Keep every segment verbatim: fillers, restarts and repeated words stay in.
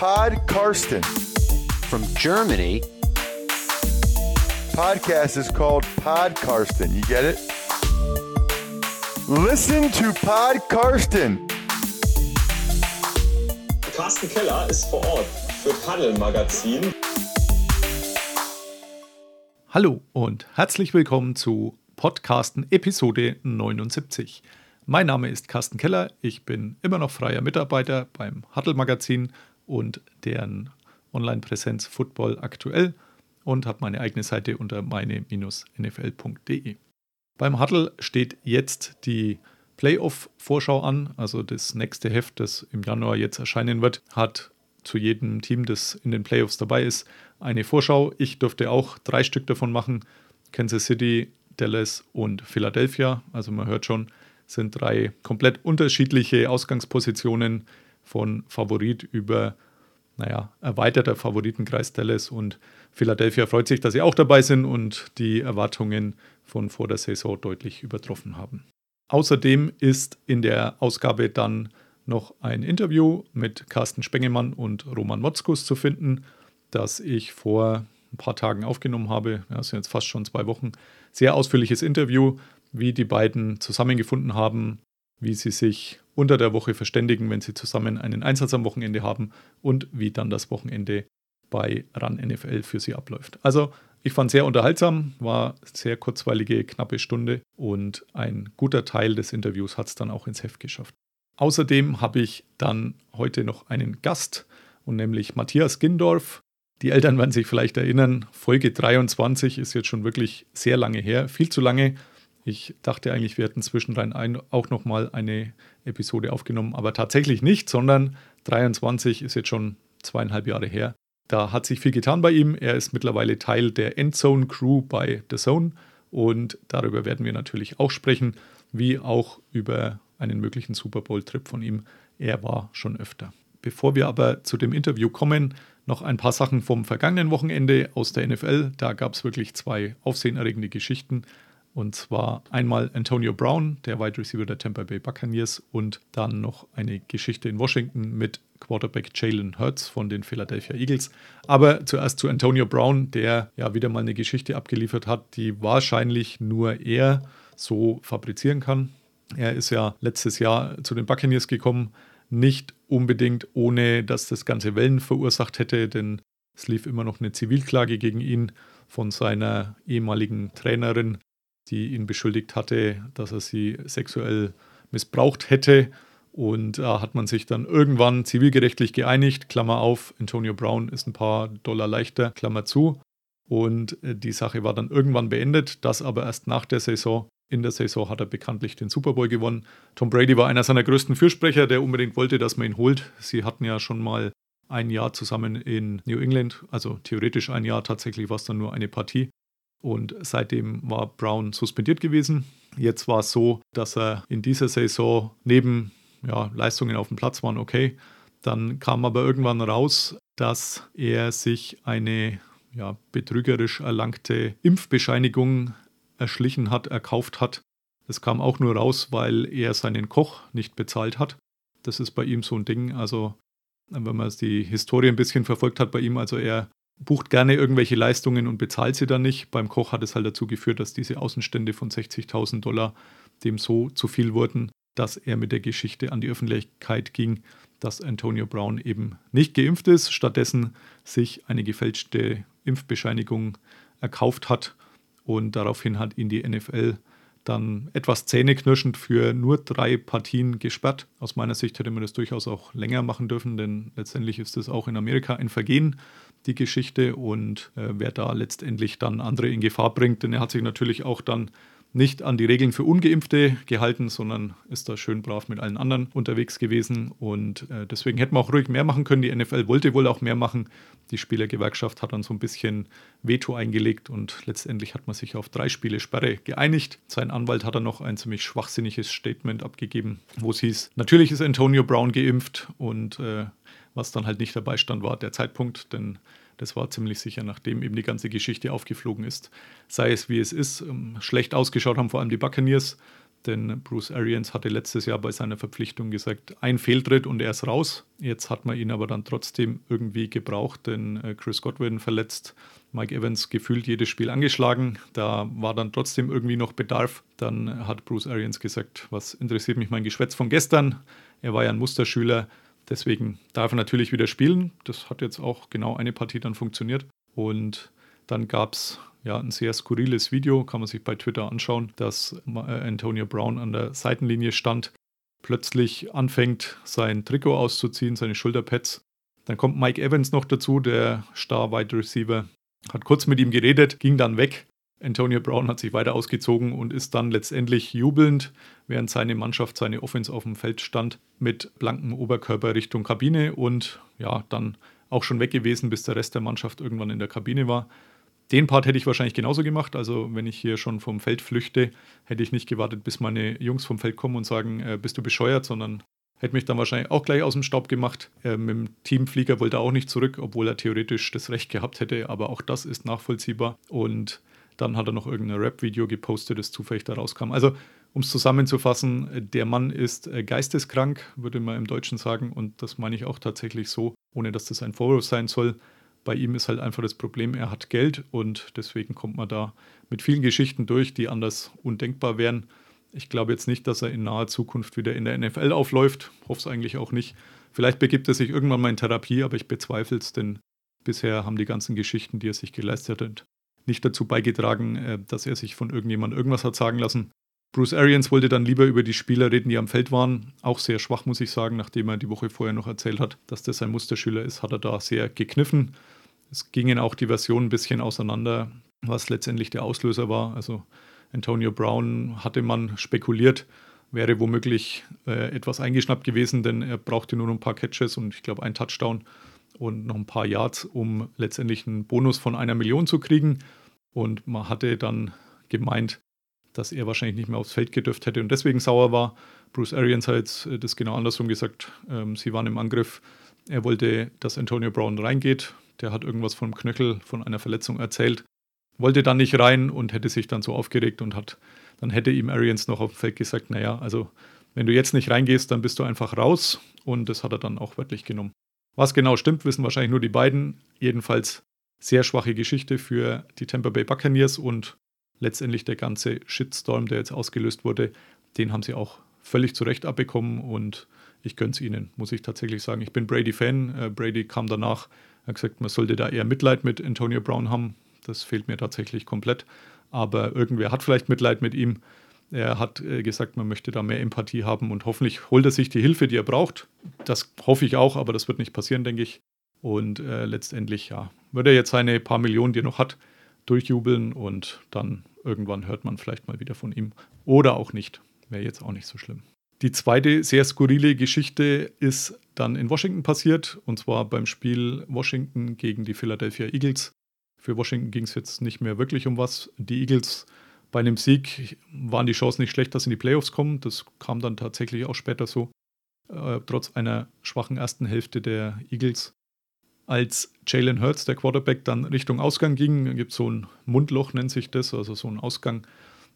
Pod Karsten. From Germany. Podcast is called Pod Karsten. You get it? Listen to Pod Karsten. Carsten Keller ist vor Ort für Paddel Magazin. Hallo und herzlich willkommen zu Podcasten Episode neunundsiebzig. Mein Name ist Carsten Keller, ich bin immer noch freier Mitarbeiter beim Huddle Magazin und deren Online-Präsenz Football aktuell und habe meine eigene Seite unter meine Bindestrich n f l punkt d e. Beim Huddle steht jetzt die Playoff-Vorschau an, also das nächste Heft, das im Januar jetzt erscheinen wird, hat zu jedem Team, das in den Playoffs dabei ist, eine Vorschau. Ich durfte auch drei Stück davon machen, Kansas City, Dallas und Philadelphia, also man hört schon, sind drei komplett unterschiedliche Ausgangspositionen von Favorit über, naja, erweiterter Favoritenkreis Dallas und Philadelphia freut sich, dass sie auch dabei sind und die Erwartungen von vor der Saison deutlich übertroffen haben. Außerdem ist in der Ausgabe dann noch ein Interview mit Carsten Spengemann und Roman Motzkus zu finden, das ich vor ein paar Tagen aufgenommen habe. Das sind jetzt fast schon zwei Wochen. Sehr ausführliches Interview, wie die beiden zusammengefunden haben, wie sie sich unter der Woche verständigen, wenn sie zusammen einen Einsatz am Wochenende haben und wie dann das Wochenende bei Run N F L für sie abläuft. Also ich fand es sehr unterhaltsam, war sehr kurzweilige, knappe Stunde und ein guter Teil des Interviews hat es dann auch ins Heft geschafft. Außerdem habe ich dann heute noch einen Gast und nämlich Matthias Gindorf. Die Eltern werden sich vielleicht erinnern, Folge dreiundzwanzig ist jetzt schon wirklich sehr lange her, viel zu lange. Ich dachte eigentlich, wir hätten zwischendrin ein, auch nochmal eine Episode aufgenommen, aber tatsächlich nicht, sondern dreiundzwanzig ist jetzt schon zweieinhalb Jahre her. Da hat sich viel getan bei ihm. Er ist mittlerweile Teil der Endzone Crew bei The Zone und darüber werden wir natürlich auch sprechen, wie auch über einen möglichen Super Bowl-Trip von ihm. Er war schon öfter. Bevor wir aber zu dem Interview kommen, noch ein paar Sachen vom vergangenen Wochenende aus der N F L. Da gab es wirklich zwei aufsehenerregende Geschichten. Und zwar einmal Antonio Brown, der Wide Receiver der Tampa Bay Buccaneers, und dann noch eine Geschichte in Washington mit Quarterback Jalen Hurts von den Philadelphia Eagles. Aber zuerst zu Antonio Brown, der ja wieder mal eine Geschichte abgeliefert hat, die wahrscheinlich nur er so fabrizieren kann. Er ist ja letztes Jahr zu den Buccaneers gekommen, nicht unbedingt ohne, dass das Ganze Wellen verursacht hätte, denn es lief immer noch eine Zivilklage gegen ihn von seiner ehemaligen Trainerin, die ihn beschuldigt hatte, dass er sie sexuell missbraucht hätte. Und da hat man sich dann irgendwann zivilgerechtlich geeinigt, Klammer auf, Antonio Brown ist ein paar Dollar leichter, Klammer zu. Und die Sache war dann irgendwann beendet, das aber erst nach der Saison. In der Saison hat er bekanntlich den Super Bowl gewonnen. Tom Brady war einer seiner größten Fürsprecher, der unbedingt wollte, dass man ihn holt. Sie hatten ja schon mal ein Jahr zusammen in New England, also theoretisch ein Jahr, tatsächlich war es dann nur eine Partie. Und seitdem war Brown suspendiert gewesen. Jetzt war es so, dass er in dieser Saison neben ja, Leistungen auf dem Platz waren okay. Dann kam aber irgendwann raus, dass er sich eine ja, betrügerisch erlangte Impfbescheinigung erschlichen hat, erkauft hat. Das kam auch nur raus, weil er seinen Koch nicht bezahlt hat. Das ist bei ihm so ein Ding. Also wenn man die Historie ein bisschen verfolgt hat bei ihm, also er bucht gerne irgendwelche Leistungen und bezahlt sie dann nicht. Beim Koch hat es halt dazu geführt, dass diese Außenstände von sechzigtausend Dollar dem so zu viel wurden, dass er mit der Geschichte an die Öffentlichkeit ging, dass Antonio Brown eben nicht geimpft ist, stattdessen sich eine gefälschte Impfbescheinigung erkauft hat und daraufhin hat ihn die N F L dann etwas zähneknirschend für nur drei Partien gesperrt. Aus meiner Sicht hätte man das durchaus auch länger machen dürfen, denn letztendlich ist das auch in Amerika ein Vergehen, die Geschichte, und äh, wer da letztendlich dann andere in Gefahr bringt, denn er hat sich natürlich auch dann nicht an die Regeln für Ungeimpfte gehalten, sondern ist da schön brav mit allen anderen unterwegs gewesen und äh, deswegen hätten wir auch ruhig mehr machen können. Die N F L wollte wohl auch mehr machen. Die Spielergewerkschaft hat dann so ein bisschen Veto eingelegt und letztendlich hat man sich auf drei Spiele Sperre geeinigt. Sein Anwalt hat dann noch ein ziemlich schwachsinniges Statement abgegeben, wo es hieß, natürlich ist Antonio Brown geimpft und äh, was dann halt nicht dabei stand, war der Zeitpunkt, denn das war ziemlich sicher, nachdem eben die ganze Geschichte aufgeflogen ist. Sei es wie es ist, schlecht ausgeschaut haben vor allem die Buccaneers, denn Bruce Arians hatte letztes Jahr bei seiner Verpflichtung gesagt, ein Fehltritt und er ist raus. Jetzt hat man ihn aber dann trotzdem irgendwie gebraucht, denn Chris Godwin verletzt, Mike Evans gefühlt jedes Spiel angeschlagen. Da war dann trotzdem irgendwie noch Bedarf. Dann hat Bruce Arians gesagt, was interessiert mich mein Geschwätz von gestern? Er war ja ein Musterschüler, deswegen darf er natürlich wieder spielen. Das hat jetzt auch genau eine Partie dann funktioniert. Und dann gab es ja ein sehr skurriles Video, kann man sich bei Twitter anschauen, dass Antonio Brown an der Seitenlinie stand, plötzlich anfängt, sein Trikot auszuziehen, seine Schulterpads. Dann kommt Mike Evans noch dazu, der Star-Wide Receiver, hat kurz mit ihm geredet, ging dann weg. Antonio Brown hat sich weiter ausgezogen und ist dann letztendlich jubelnd, während seine Mannschaft, seine Offense auf dem Feld stand, mit blankem Oberkörper Richtung Kabine und ja, dann auch schon weg gewesen, bis der Rest der Mannschaft irgendwann in der Kabine war. Den Part hätte ich wahrscheinlich genauso gemacht. Also wenn ich hier schon vom Feld flüchte, hätte ich nicht gewartet, bis meine Jungs vom Feld kommen und sagen, äh, bist du bescheuert, sondern hätte mich dann wahrscheinlich auch gleich aus dem Staub gemacht. Äh, mit dem Teamflieger wollte er auch nicht zurück, obwohl er theoretisch das Recht gehabt hätte. Aber auch das ist nachvollziehbar. Und dann hat er noch irgendein Rap-Video gepostet, das zufällig da rauskam. Also um es zusammenzufassen, der Mann ist äh, geisteskrank, würde man im Deutschen sagen. Und das meine ich auch tatsächlich so, ohne dass das ein Vorwurf sein soll. Bei ihm ist halt einfach das Problem, er hat Geld und deswegen kommt man da mit vielen Geschichten durch, die anders undenkbar wären. Ich glaube jetzt nicht, dass er in naher Zukunft wieder in der N F L aufläuft. Hoffe es eigentlich auch nicht. Vielleicht begibt er sich irgendwann mal in Therapie, aber ich bezweifle es, denn bisher haben die ganzen Geschichten, die er sich geleistet hat, nicht dazu beigetragen, dass er sich von irgendjemandem irgendwas hat sagen lassen. Bruce Arians wollte dann lieber über die Spieler reden, die am Feld waren. Auch sehr schwach, muss ich sagen, nachdem er die Woche vorher noch erzählt hat, dass das ein Musterschüler ist, hat er da sehr gekniffen. Es gingen auch die Versionen ein bisschen auseinander, was letztendlich der Auslöser war. Also Antonio Brown, hatte man spekuliert, wäre womöglich äh, etwas eingeschnappt gewesen, denn er brauchte nur noch ein paar Catches und ich glaube ein Touchdown und noch ein paar Yards, um letztendlich einen Bonus von einer Million zu kriegen. Und man hatte dann gemeint, dass er wahrscheinlich nicht mehr aufs Feld gedürft hätte und deswegen sauer war. Bruce Arians hat jetzt das genau andersrum gesagt. Ähm, sie waren im Angriff. Er wollte, dass Antonio Brown reingeht. Der hat irgendwas vom Knöchel, von einer Verletzung erzählt. Wollte dann nicht rein und hätte sich dann so aufgeregt und hat, dann hätte ihm Arians noch auf dem Feld gesagt, naja, also wenn du jetzt nicht reingehst, dann bist du einfach raus. Und das hat er dann auch wörtlich genommen. Was genau stimmt, wissen wahrscheinlich nur die beiden. Jedenfalls sehr schwache Geschichte für die Tampa Bay Buccaneers und letztendlich der ganze Shitstorm, der jetzt ausgelöst wurde, den haben sie auch völlig zu Recht abbekommen und ich gönne es ihnen, muss ich tatsächlich sagen. Ich bin Brady-Fan. Äh, Brady kam danach, hat gesagt, man sollte da eher Mitleid mit Antonio Brown haben. Das fehlt mir tatsächlich komplett. Aber irgendwer hat vielleicht Mitleid mit ihm. Er hat äh, gesagt, man möchte da mehr Empathie haben und hoffentlich holt er sich die Hilfe, die er braucht. Das hoffe ich auch, aber das wird nicht passieren, denke ich. Und äh, letztendlich, ja, wird er jetzt seine paar Millionen, die er noch hat, durchjubeln und dann irgendwann hört man vielleicht mal wieder von ihm. Oder auch nicht. Wäre jetzt auch nicht so schlimm. Die zweite sehr skurrile Geschichte ist dann in Washington passiert. Und zwar beim Spiel Washington gegen die Philadelphia Eagles. Für Washington ging es jetzt nicht mehr wirklich um was. Die Eagles bei einem Sieg waren die Chancen nicht schlecht, dass sie in die Playoffs kommen. Das kam dann tatsächlich auch später so. Äh, trotz einer schwachen ersten Hälfte der Eagles. Als Jalen Hurts, der Quarterback, dann Richtung Ausgang ging, gibt es so ein Mundloch, nennt sich das, also so ein Ausgang,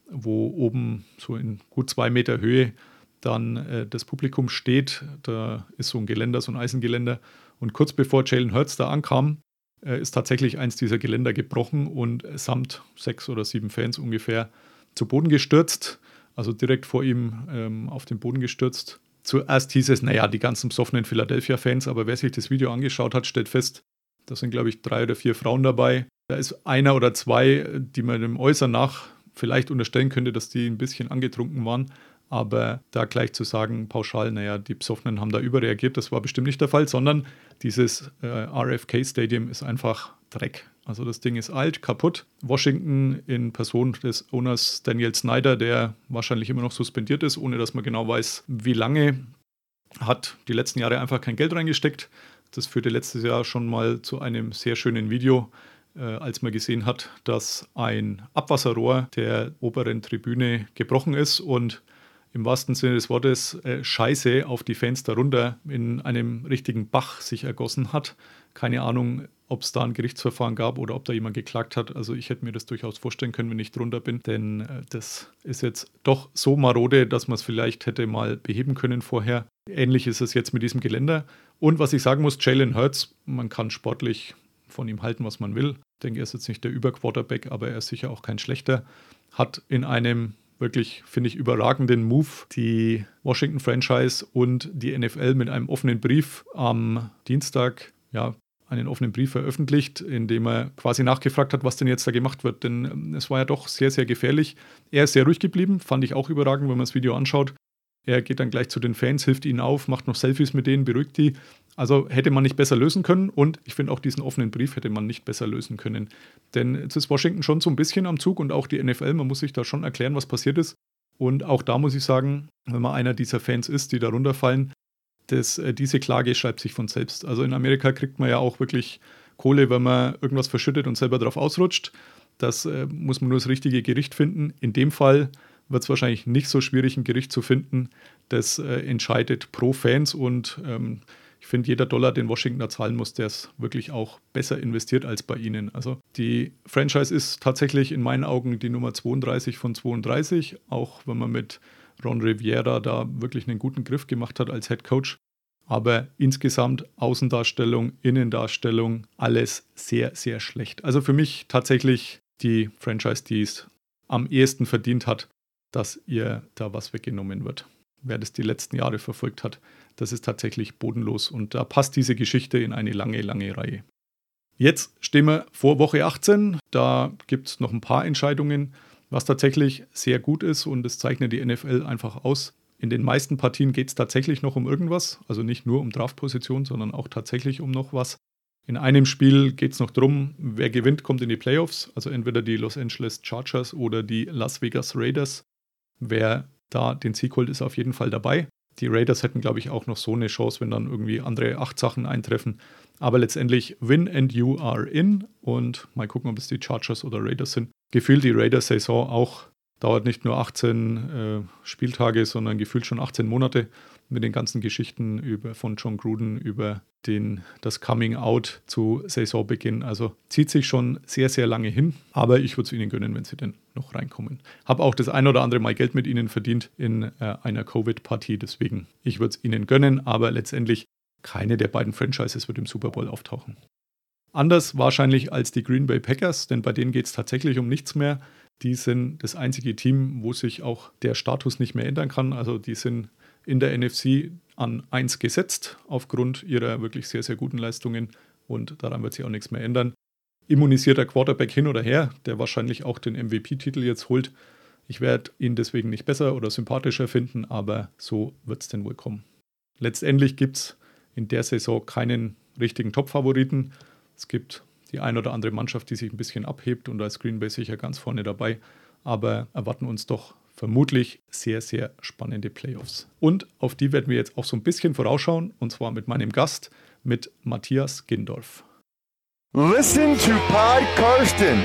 wo oben so in gut zwei Meter Höhe dann äh, das Publikum steht. Da ist so ein Geländer, so ein Eisengeländer. Und kurz bevor Jalen Hurts da ankam, äh, ist tatsächlich eins dieser Geländer gebrochen und samt sechs oder sieben Fans ungefähr zu Boden gestürzt. Also direkt vor ihm ähm, auf den Boden gestürzt. Zuerst hieß es, naja, die ganzen besoffenen Philadelphia-Fans, aber wer sich das Video angeschaut hat, stellt fest, da sind, glaube ich, drei oder vier Frauen dabei. Da ist einer oder zwei, die man dem Äußern nach vielleicht unterstellen könnte, dass die ein bisschen angetrunken waren. Aber da gleich zu sagen, pauschal, naja, die Besoffenen haben da überreagiert, das war bestimmt nicht der Fall, sondern dieses äh, R F K-Stadium ist einfach Dreck. Also das Ding ist alt, kaputt. Washington in Person des Owners Daniel Snyder, der wahrscheinlich immer noch suspendiert ist, ohne dass man genau weiß, wie lange, hat die letzten Jahre einfach kein Geld reingesteckt. Das führte letztes Jahr schon mal zu einem sehr schönen Video, äh, als man gesehen hat, dass ein Abwasserrohr der oberen Tribüne gebrochen ist und im wahrsten Sinne des Wortes äh, Scheiße auf die Fans darunter in einem richtigen Bach sich ergossen hat. Keine Ahnung, ob es da ein Gerichtsverfahren gab oder ob da jemand geklagt hat. Also ich hätte mir das durchaus vorstellen können, wenn ich drunter bin. Denn äh, das ist jetzt doch so marode, dass man es vielleicht hätte mal beheben können vorher. Ähnlich ist es jetzt mit diesem Geländer. Und was ich sagen muss, Jalen Hurts, man kann sportlich von ihm halten, was man will. Ich denke, er ist jetzt nicht der Überquarterback, aber er ist sicher auch kein schlechter. Hat in einem wirklich, finde ich, überragenden Move die Washington Franchise und die N F L mit einem offenen Brief am Dienstag, ja, einen offenen Brief veröffentlicht, in dem er quasi nachgefragt hat, was denn jetzt da gemacht wird. Denn es war ja doch sehr, sehr gefährlich. Er ist sehr ruhig geblieben, fand ich auch überragend, wenn man das Video anschaut. Er geht dann gleich zu den Fans, hilft ihnen auf, macht noch Selfies mit denen, beruhigt die. Also hätte man nicht besser lösen können und ich finde auch diesen offenen Brief hätte man nicht besser lösen können. Denn jetzt ist Washington schon so ein bisschen am Zug und auch die N F L, man muss sich da schon erklären, was passiert ist. Und auch da muss ich sagen, wenn man einer dieser Fans ist, die da runterfallen, das, äh, diese Klage schreibt sich von selbst. Also in Amerika kriegt man ja auch wirklich Kohle, wenn man irgendwas verschüttet und selber drauf ausrutscht. Das äh, muss man nur das richtige Gericht finden. In dem Fall wird es wahrscheinlich nicht so schwierig, ein Gericht zu finden, das äh, entscheidet pro Fans und ähm, ich finde, jeder Dollar, den Washington da zahlen muss, der ist wirklich auch besser investiert als bei ihnen. Also die Franchise ist tatsächlich in meinen Augen die Nummer zweiunddreißig von zweiunddreißig, auch wenn man mit Ron Rivera da wirklich einen guten Griff gemacht hat als Head Coach. Aber insgesamt Außendarstellung, Innendarstellung, alles sehr, sehr schlecht. Also für mich tatsächlich die Franchise, die es am ehesten verdient hat, dass ihr da was weggenommen wird. Wer das die letzten Jahre verfolgt hat, das ist tatsächlich bodenlos und da passt diese Geschichte in eine lange, lange Reihe. Jetzt stehen wir vor Woche achtzehn, da gibt es noch ein paar Entscheidungen, was tatsächlich sehr gut ist und das zeichnet die N F L einfach aus. In den meisten Partien geht es tatsächlich noch um irgendwas, also nicht nur um Draftposition, sondern auch tatsächlich um noch was. In einem Spiel geht es noch darum, wer gewinnt, kommt in die Playoffs, also entweder die Los Angeles Chargers oder die Las Vegas Raiders. Wer da den Sieg holt, ist auf jeden Fall dabei. Die Raiders hätten, glaube ich, auch noch so eine Chance, wenn dann irgendwie andere acht Sachen eintreffen. Aber letztendlich win and you are in. Und mal gucken, ob es die Chargers oder Raiders sind. Gefühlt die Raiders-Saison auch dauert nicht nur achtzehn äh, Spieltage, sondern gefühlt schon achtzehn Monate mit den ganzen Geschichten über, von John Gruden über den, das Coming Out zu Saisonbeginn. Also zieht sich schon sehr, sehr lange hin. Aber ich würde es ihnen gönnen, wenn sie denn noch reinkommen. Habe auch das ein oder andere Mal Geld mit ihnen verdient in äh, einer Covid-Partie. Deswegen, ich würde es ihnen gönnen. Aber letztendlich keine der beiden Franchises wird im Super Bowl auftauchen. Anders wahrscheinlich als die Green Bay Packers, denn bei denen geht es tatsächlich um nichts mehr. Die sind das einzige Team, wo sich auch der Status nicht mehr ändern kann. Also die sind in der N F C an eins gesetzt, aufgrund ihrer wirklich sehr, sehr guten Leistungen. Und daran wird sich auch nichts mehr ändern. Immunisierter Quarterback hin oder her, der wahrscheinlich auch den M V P-Titel jetzt holt. Ich werde ihn deswegen nicht besser oder sympathischer finden, aber so wird es denn wohl kommen. Letztendlich gibt es in der Saison keinen richtigen Top-Favoriten. Es gibt die ein oder andere Mannschaft, die sich ein bisschen abhebt und da ist Green Bay sicher ganz vorne dabei. Aber erwarten uns doch vermutlich sehr, sehr spannende Playoffs. Und auf die werden wir jetzt auch so ein bisschen vorausschauen und zwar mit meinem Gast, mit Matthias Gindorf. Listen to Pod Karsten.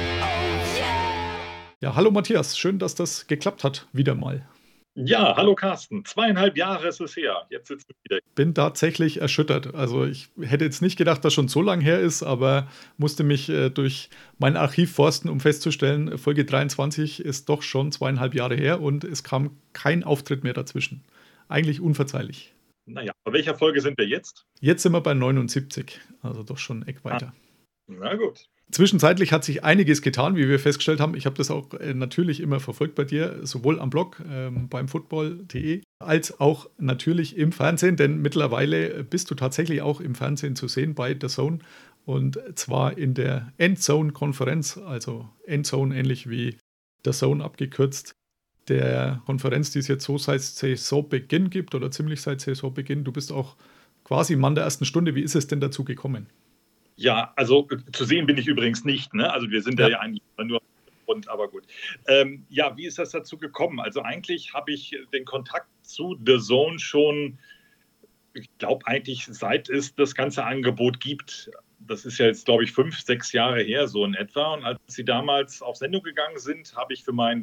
Ja, hallo Matthias, schön, dass das geklappt hat, wieder mal. Ja, hallo Carsten. Zweieinhalb Jahre ist es her. Jetzt sitzen wir wieder. Bin tatsächlich erschüttert. Also ich hätte jetzt nicht gedacht, dass schon so lang her ist, aber musste mich äh, durch mein Archiv forsten, um festzustellen, Folge dreiundzwanzig ist doch schon zweieinhalb Jahre her und es kam kein Auftritt mehr dazwischen. Eigentlich unverzeihlich. Naja, bei welcher Folge sind wir jetzt? Jetzt sind wir bei neunundsiebzig, also doch schon ein Eck weiter. Ah, na gut. Zwischenzeitlich hat sich einiges getan, wie wir festgestellt haben. Ich habe das auch äh, natürlich immer verfolgt bei dir, sowohl am Blog ähm, beim football punkt de als auch natürlich im Fernsehen, denn mittlerweile bist du tatsächlich auch im Fernsehen zu sehen bei The Zone und zwar in der Endzone-Konferenz, also Endzone ähnlich wie The Zone abgekürzt, der Konferenz, die es jetzt so seit Saisonbeginn gibt oder ziemlich seit Saisonbeginn. Du bist auch quasi Mann der ersten Stunde. Wie ist es denn dazu gekommen? Ja, also äh, zu sehen bin ich übrigens nicht. Ne? Also wir sind Ja. da ja eigentlich nur und aber gut. Ähm, ja, wie ist das dazu gekommen? Also eigentlich habe ich den Kontakt zu The Zone schon, ich glaube eigentlich seit es das ganze Angebot gibt. Das ist ja jetzt, glaube ich, fünf, sechs Jahre her so in etwa. Und als sie damals auf Sendung gegangen sind, habe ich für mein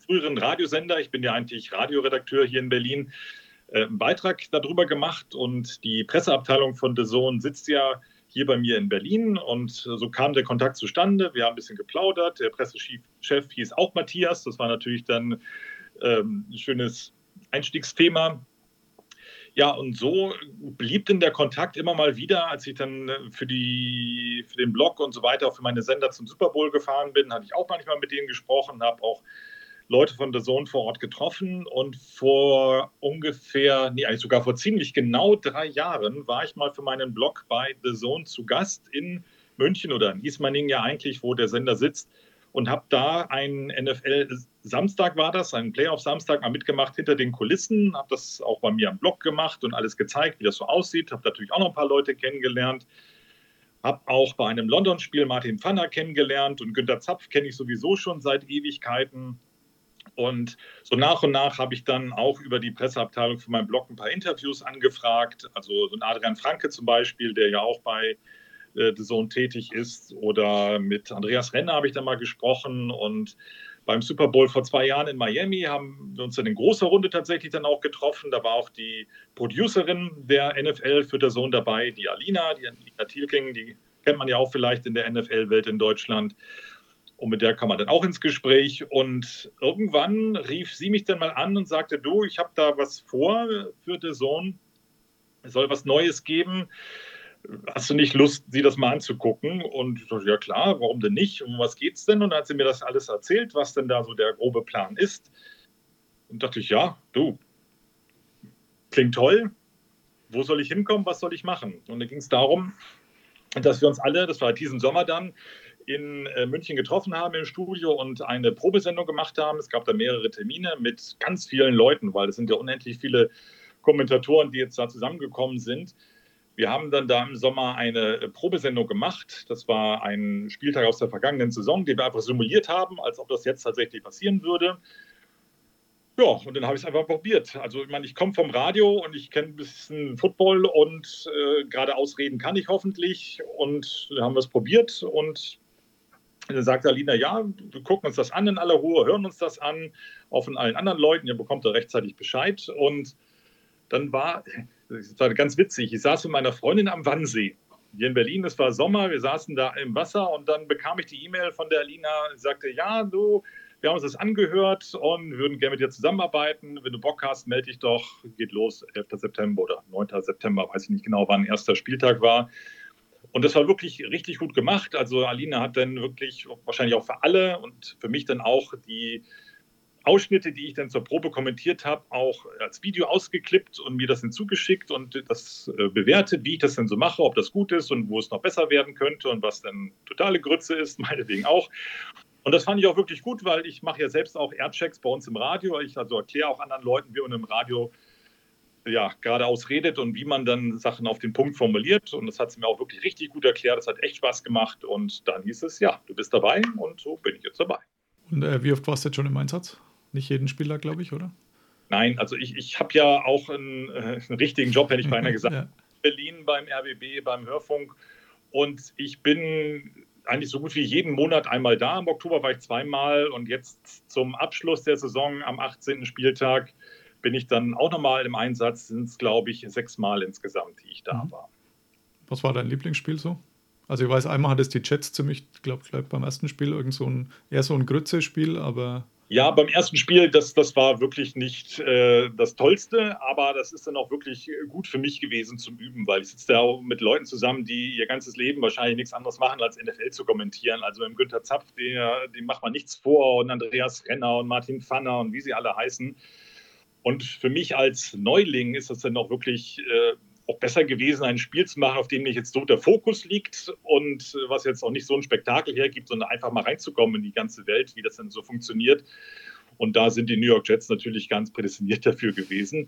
früheren Radiosender, ich bin ja eigentlich Radioredakteur hier in Berlin, einen Beitrag darüber gemacht und die Presseabteilung von D A Z N sitzt ja hier bei mir in Berlin und so kam der Kontakt zustande. Wir haben ein bisschen geplaudert. Der Pressechef hieß auch Matthias. Das war natürlich dann ähm, ein schönes Einstiegsthema. Ja, und so blieb denn der Kontakt immer mal wieder, als ich dann für, die, für den Blog und so weiter, auch für meine Sender zum Super Bowl gefahren bin, hatte ich auch manchmal mit denen gesprochen, habe auch Leute von D A Z N vor Ort getroffen und vor ungefähr, nee, eigentlich sogar vor ziemlich genau drei Jahren war ich mal für meinen Blog bei D A Z N zu Gast in München oder in Ismaning ja eigentlich, wo der Sender sitzt und habe da einen N F L-Samstag war das, einen Playoff-Samstag mal mitgemacht hinter den Kulissen, habe das auch bei mir am Blog gemacht und alles gezeigt, wie das so aussieht, habe natürlich auch noch ein paar Leute kennengelernt. Habe auch bei einem London-Spiel Martin Pfanner kennengelernt und Günter Zapf kenne ich sowieso schon seit Ewigkeiten. Und so nach und nach habe ich dann auch über die Presseabteilung für meinen Blog ein paar Interviews angefragt. Also so ein Adrian Franke zum Beispiel, der ja auch bei äh, D A Z N tätig ist. Oder mit Andreas Renner habe ich dann mal gesprochen. Und beim Super Bowl vor zwei Jahren in Miami haben wir uns dann in großer Runde tatsächlich dann auch getroffen. Da war auch die Producerin der N F L für D A Z N dabei, die Alina, die Alina Thielking, die kennt man ja auch vielleicht in der N F L-Welt in Deutschland. Und mit der kam man dann auch ins Gespräch. Und irgendwann rief sie mich dann mal an und sagte, du, ich habe da was vor für D A Z N. Es soll was Neues geben. Hast du nicht Lust, sie das mal anzugucken? Und ich dachte, ja klar, warum denn nicht? Um was geht's denn? Und dann hat sie mir das alles erzählt, was denn da so der grobe Plan ist. Und dachte ich, ja, du, klingt toll. Wo soll ich hinkommen? Was soll ich machen? Und dann ging es darum, dass wir uns alle, das war diesen Sommer dann, in München getroffen haben im Studio und eine Probesendung gemacht haben. Es gab da mehrere Termine mit ganz vielen Leuten, weil es sind ja unendlich viele Kommentatoren, die jetzt da zusammengekommen sind. Wir haben dann da im Sommer eine Probesendung gemacht. Das war ein Spieltag aus der vergangenen Saison, den wir einfach simuliert haben, als ob das jetzt tatsächlich passieren würde. Ja, und dann habe ich es einfach probiert. Also ich meine, ich komme vom Radio und ich kenne ein bisschen Football und äh, gerade ausreden kann ich hoffentlich. Und dann haben wir es probiert und dann sagt Alina, ja, wir gucken uns das an in aller Ruhe, hören uns das an, auch von allen anderen Leuten, ihr bekommt da rechtzeitig Bescheid. Und dann war, das war ganz witzig, ich saß mit meiner Freundin am Wannsee, hier in Berlin, es war Sommer, wir saßen da im Wasser und dann bekam ich die E-Mail von der Alina, die sagte, ja, du, wir haben uns das angehört und würden gerne mit dir zusammenarbeiten, wenn du Bock hast, melde dich doch, geht los, elfter September oder neunter September, weiß ich nicht genau, wann erster Spieltag war. Und das war wirklich richtig gut gemacht. Also Alina hat dann wirklich, wahrscheinlich auch für alle und für mich dann auch die Ausschnitte, die ich dann zur Probe kommentiert habe, auch als Video ausgeklippt und mir das hinzugeschickt und das äh, bewertet, wie ich das denn so mache, ob das gut ist und wo es noch besser werden könnte und was dann totale Grütze ist, meinetwegen auch. Und das fand ich auch wirklich gut, weil ich mache ja selbst auch Airchecks bei uns im Radio. Ich also erkläre auch anderen Leuten, wie man im Radio ja, geradeaus redet und wie man dann Sachen auf den Punkt formuliert. Und das hat sie mir auch wirklich richtig gut erklärt. Das hat echt Spaß gemacht. Und dann hieß es, ja, du bist dabei und so bin ich jetzt dabei. Und äh, wie oft warst du jetzt schon im Einsatz? Nicht jeden Spieler, glaube ich, oder? Nein, also ich, ich habe ja auch einen, äh, einen richtigen Job, hätte ich beinahe gesagt. Ja. Berlin beim R B B, beim Hörfunk. Und ich bin eigentlich so gut wie jeden Monat einmal da. Im Oktober war ich zweimal. Und jetzt zum Abschluss der Saison am achtzehnten Spieltag bin ich dann auch nochmal im Einsatz, sind es, glaube ich, sechs Mal insgesamt, die ich da mhm. war. Was war dein Lieblingsspiel so? Also ich weiß, einmal hat es die Jets ziemlich, ich glaube, glaub, beim ersten Spiel irgend so ein, eher so ein Grütze-Spiel, aber... Ja, beim ersten Spiel, das, das war wirklich nicht äh, das Tollste, aber das ist dann auch wirklich gut für mich gewesen zum Üben, weil ich sitze da auch mit Leuten zusammen, die ihr ganzes Leben wahrscheinlich nichts anderes machen, als N F L zu kommentieren. Also mit Günter Zapf, der, dem macht man nichts vor, und Andreas Renner und Martin Pfanner und wie sie alle heißen. Und für mich als Neuling ist das dann auch wirklich äh, auch besser gewesen, ein Spiel zu machen, auf dem nicht jetzt so der Fokus liegt und was jetzt auch nicht so ein Spektakel hergibt, sondern einfach mal reinzukommen in die ganze Welt, wie das denn so funktioniert. Und da sind die New York Jets natürlich ganz prädestiniert dafür gewesen.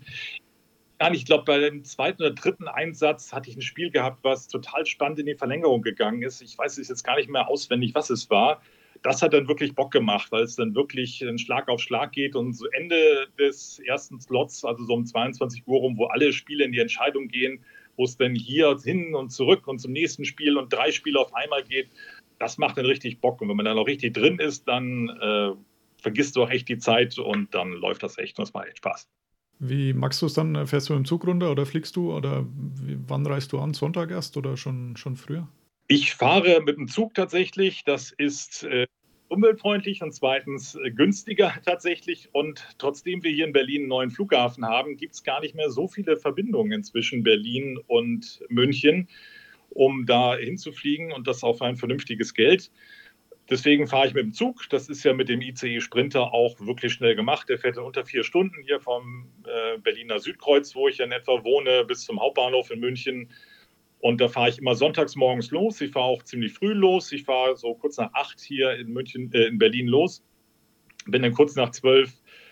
Ich glaube, bei dem zweiten oder dritten Einsatz hatte ich ein Spiel gehabt, was total spannend in die Verlängerung gegangen ist. Ich weiß es jetzt gar nicht mehr auswendig, was es war. Das hat dann wirklich Bock gemacht, weil es dann wirklich ein Schlag auf Schlag geht und so Ende des ersten Slots, also so um zweiundzwanzig Uhr rum, wo alle Spiele in die Entscheidung gehen, wo es dann hier hin und zurück und zum nächsten Spiel und drei Spiele auf einmal geht, das macht dann richtig Bock. Und wenn man dann auch richtig drin ist, dann äh, vergisst du auch echt die Zeit und dann läuft das echt und das macht echt Spaß. Wie magst du es dann? Fährst du mit dem Zug runter oder fliegst du? Oder wie, wann reist du an? Sonntag erst oder schon, schon früher? Ich fahre mit dem Zug tatsächlich. Das ist äh, umweltfreundlich und zweitens äh, günstiger tatsächlich. Und trotzdem wir hier in Berlin einen neuen Flughafen haben, gibt es gar nicht mehr so viele Verbindungen zwischen Berlin und München, um da hinzufliegen und das auf ein vernünftiges Geld. Deswegen fahre ich mit dem Zug. Das ist ja mit dem I C E Sprinter auch wirklich schnell gemacht. Der fährt in unter vier Stunden hier vom äh, Berliner Südkreuz, wo ich in etwa wohne, bis zum Hauptbahnhof in München. Und da fahre ich immer sonntags morgens los. Ich fahre auch ziemlich früh los. Ich fahre so kurz nach acht hier in München, äh, in Berlin los. Bin dann kurz nach zwölf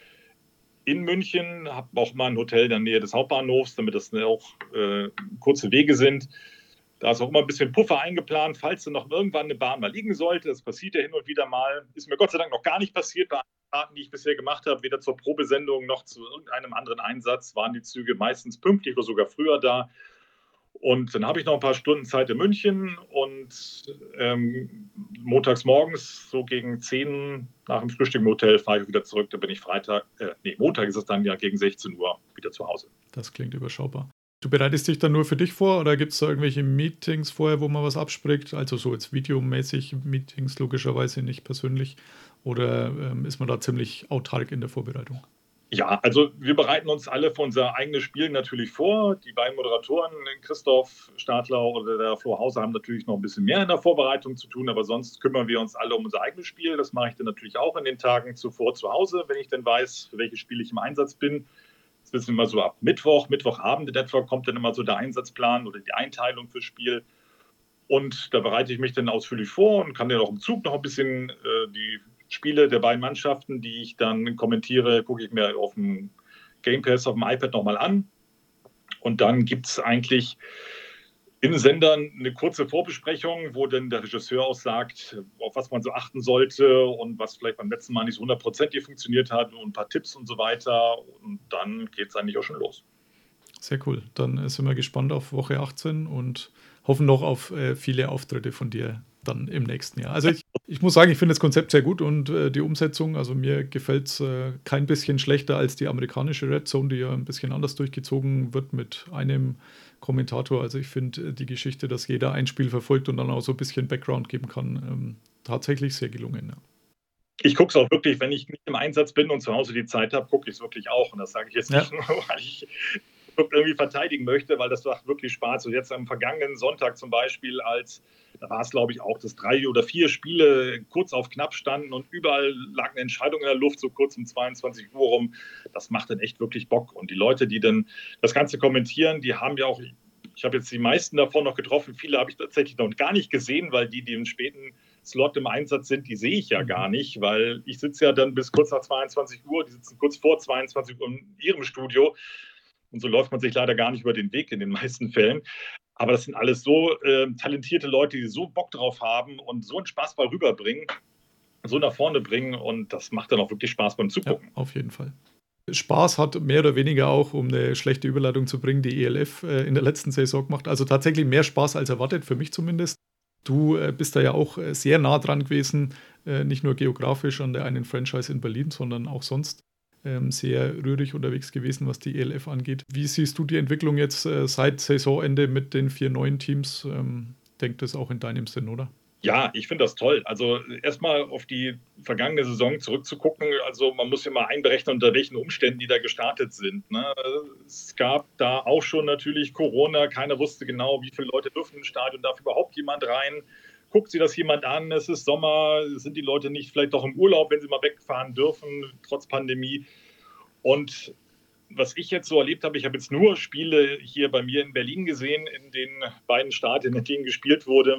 in München, habe auch mal ein Hotel in der Nähe des Hauptbahnhofs, damit das auch äh, kurze Wege sind. Da ist auch immer ein bisschen Puffer eingeplant, falls dann noch irgendwann eine Bahn mal liegen sollte. Das passiert ja hin und wieder mal. Ist mir Gott sei Dank noch gar nicht passiert bei allen Fahrten, die ich bisher gemacht habe. Weder zur Probesendung noch zu irgendeinem anderen Einsatz waren die Züge meistens pünktlich oder sogar früher da. Und dann habe ich noch ein paar Stunden Zeit in München und ähm, montags morgens, so gegen zehn nach dem Frühstück im Hotel, fahre ich wieder zurück. Da bin ich Freitag, äh, nee, Montag ist es dann ja gegen sechzehn Uhr wieder zu Hause. Das klingt überschaubar. Du bereitest dich dann nur für dich vor oder gibt es da irgendwelche Meetings vorher, wo man was abspricht? Also so jetzt videomäßig Meetings, logischerweise nicht persönlich. Oder ähm, ist man da ziemlich autark in der Vorbereitung? Ja, also wir bereiten uns alle für unser eigenes Spiel natürlich vor. Die beiden Moderatoren, Christoph Stadler oder der Flo Hauser, haben natürlich noch ein bisschen mehr in der Vorbereitung zu tun, aber sonst kümmern wir uns alle um unser eigenes Spiel. Das mache ich dann natürlich auch in den Tagen zuvor zu Hause, wenn ich dann weiß, für welches Spiel ich im Einsatz bin. Das wissen wir immer so ab Mittwoch, Mittwochabend in etwa kommt dann immer so der Einsatzplan oder die Einteilung fürs Spiel. Und da bereite ich mich dann ausführlich vor und kann dann auch im Zug noch ein bisschen äh, die Spiele der beiden Mannschaften, die ich dann kommentiere, gucke ich mir auf dem Game Pass, auf dem iPad nochmal an. Und dann gibt es eigentlich in Sendern eine kurze Vorbesprechung, wo dann der Regisseur auch sagt, auf was man so achten sollte und was vielleicht beim letzten Mal nicht so hundertprozentig funktioniert hat und ein paar Tipps und so weiter. Und dann geht es eigentlich auch schon los. Sehr cool. Dann sind wir gespannt auf Woche achtzehn und hoffen noch auf äh, viele Auftritte von dir dann im nächsten Jahr. Also ich, ich muss sagen, ich finde das Konzept sehr gut und äh, die Umsetzung, also mir gefällt es äh, kein bisschen schlechter als die amerikanische Red Zone, die ja ein bisschen anders durchgezogen wird mit einem Kommentator. Also ich finde äh, die Geschichte, dass jeder ein Spiel verfolgt und dann auch so ein bisschen Background geben kann, ähm, tatsächlich sehr gelungen. Ja. Ich gucke es auch wirklich, wenn ich nicht im Einsatz bin und zu Hause die Zeit habe, gucke ich es wirklich auch. Und das sage ich jetzt nicht ja. nur, weil ich irgendwie verteidigen möchte, weil das macht wirklich Spaß. Und jetzt am vergangenen Sonntag zum Beispiel, als da war es, glaube ich, auch, dass drei oder vier Spiele kurz auf knapp standen und überall lag eine Entscheidung in der Luft, so kurz um zweiundzwanzig Uhr rum. Das macht dann echt wirklich Bock. Und die Leute, die dann das Ganze kommentieren, die haben ja auch, ich habe jetzt die meisten davon noch getroffen, viele habe ich tatsächlich noch gar nicht gesehen, weil die, die im späten Slot im Einsatz sind, die sehe ich ja gar nicht, weil ich sitze ja dann bis kurz nach zweiundzwanzig Uhr, die sitzen kurz vor zweiundzwanzig Uhr in ihrem Studio. Und so läuft man sich leider gar nicht über den Weg in den meisten Fällen. Aber das sind alles so äh, talentierte Leute, die so Bock drauf haben und so einen Spaß mal rüberbringen, so nach vorne bringen. Und das macht dann auch wirklich Spaß beim Zugucken. Ja, auf jeden Fall. Spaß hat mehr oder weniger auch, um eine schlechte Überleitung zu bringen, die E L F äh, in der letzten Saison gemacht. Also tatsächlich mehr Spaß als erwartet, für mich zumindest. Du äh, bist da ja auch äh, sehr nah dran gewesen, äh, nicht nur geografisch an der einen Franchise in Berlin, sondern auch sonst. Sehr rührig unterwegs gewesen, was die E L F angeht. Wie siehst du die Entwicklung jetzt äh, seit Saisonende mit den vier neuen Teams? Ähm, denkt das auch in deinem Sinn, oder? Ja, ich finde das toll. Also erstmal auf die vergangene Saison zurückzugucken. Also man muss ja mal einberechnen, unter welchen Umständen die da gestartet sind. Ne? Es gab da auch schon natürlich Corona. Keiner wusste genau, wie viele Leute dürfen ins Stadion, darf überhaupt jemand rein. Guckt sich das jemand an, es ist Sommer, sind die Leute nicht vielleicht doch im Urlaub, wenn sie mal wegfahren dürfen, trotz Pandemie. Und was ich jetzt so erlebt habe, ich habe jetzt nur Spiele hier bei mir in Berlin gesehen, in den beiden Stadien, in denen gespielt wurde.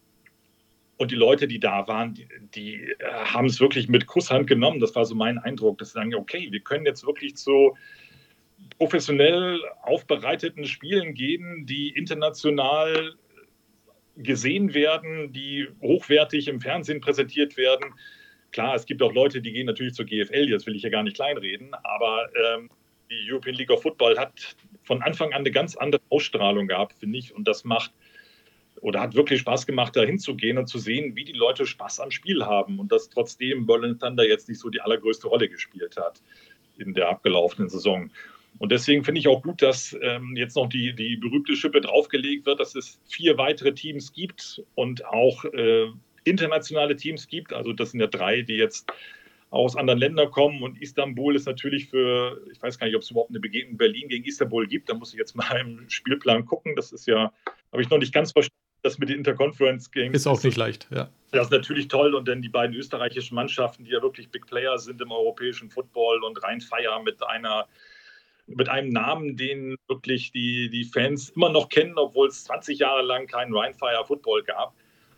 Und die Leute, die da waren, die, die haben es wirklich mit Kusshand genommen. Das war so mein Eindruck, dass sie sagen, okay, wir können jetzt wirklich zu professionell aufbereiteten Spielen gehen, die international gesehen werden, die hochwertig im Fernsehen präsentiert werden. Klar, es gibt auch Leute, die gehen natürlich zur G F L, das will ich ja gar nicht kleinreden, aber ähm, die European League of Football hat von Anfang an eine ganz andere Ausstrahlung gehabt, finde ich, und das macht oder hat wirklich Spaß gemacht, da hinzugehen und zu sehen, wie die Leute Spaß am Spiel haben und dass trotzdem Berlin Thunder jetzt nicht so die allergrößte Rolle gespielt hat in der abgelaufenen Saison. Und deswegen finde ich auch gut, dass ähm, jetzt noch die, die berühmte Schippe draufgelegt wird, dass es vier weitere Teams gibt und auch äh, internationale Teams gibt. Also das sind ja drei, die jetzt aus anderen Ländern kommen. Und Istanbul ist natürlich für, ich weiß gar nicht, ob es überhaupt eine Begegnung Berlin gegen Istanbul gibt. Da muss ich jetzt mal im Spielplan gucken. Das ist ja, habe ich noch nicht ganz verstanden, das mit den Interconference Games. Ist auch nicht leicht, ja. Das ist natürlich toll. Und dann die beiden österreichischen Mannschaften, die ja wirklich Big Player sind im europäischen Football und Rhein-Feier mit einer mit einem Namen, den wirklich die, die Fans immer noch kennen, obwohl es zwanzig Jahre lang keinen Rhein-Fire Football gab.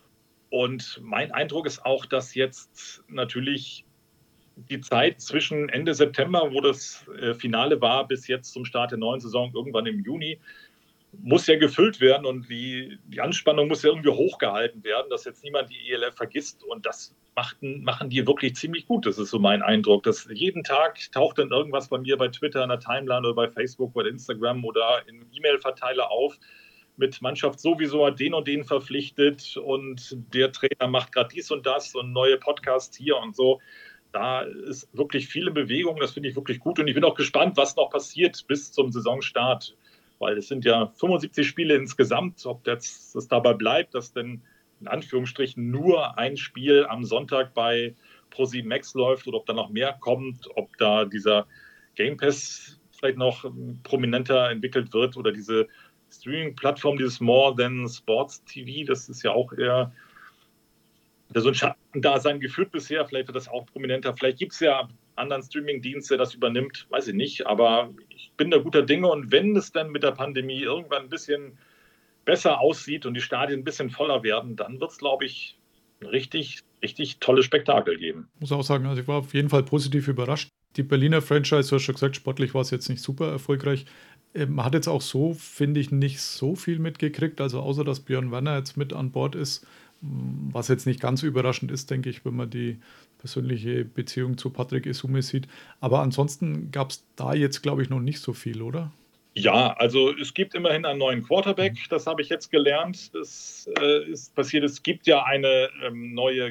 Und mein Eindruck ist auch, dass jetzt natürlich die Zeit zwischen Ende September, wo das Finale war, bis jetzt zum Start der neuen Saison, irgendwann im Juni, muss ja gefüllt werden und die, die Anspannung muss ja irgendwie hochgehalten werden, dass jetzt niemand die E L F vergisst. Und das machten, machen die wirklich ziemlich gut. Das ist so mein Eindruck. Dass jeden Tag taucht dann irgendwas bei mir bei Twitter, in der Timeline oder bei Facebook oder Instagram oder im E-Mail-Verteiler auf mit Mannschaft sowieso hat den und den verpflichtet und der Trainer macht gerade dies und das und neue Podcasts hier und so. Da ist wirklich viele Bewegung. Das finde ich wirklich gut. Und ich bin auch gespannt, was noch passiert bis zum Saisonstart. Weil es sind ja fünfundsiebzig Spiele insgesamt, ob jetzt das dabei bleibt, dass denn in Anführungsstrichen nur ein Spiel am Sonntag bei ProSieben Max läuft oder ob da noch mehr kommt, ob da dieser Game Pass vielleicht noch prominenter entwickelt wird oder diese Streaming-Plattform, dieses More Than Sports T V, das ist ja auch eher so ein Schattendasein geführt bisher, vielleicht wird das auch prominenter, vielleicht gibt es ja anderen Streaming-Dienst, der das übernimmt, weiß ich nicht, aber ich bin da guter Dinge und wenn es dann mit der Pandemie irgendwann ein bisschen besser aussieht und die Stadien ein bisschen voller werden, dann wird es, glaube ich, ein richtig, richtig tolles Spektakel geben. Ich muss auch sagen, also ich war auf jeden Fall positiv überrascht. Die Berliner Franchise, du hast schon gesagt, sportlich war es jetzt nicht super erfolgreich. Man hat jetzt auch so, finde ich, nicht so viel mitgekriegt, also außer, dass Björn Werner jetzt mit an Bord ist, was jetzt nicht ganz überraschend ist, denke ich, wenn man die persönliche Beziehung zu Patrick Isume sieht. Aber ansonsten gab es da jetzt, glaube ich, noch nicht so viel, oder? Ja, also es gibt immerhin einen neuen Quarterback, das habe ich jetzt gelernt. Das äh, ist passiert. Es gibt ja eine ähm, neue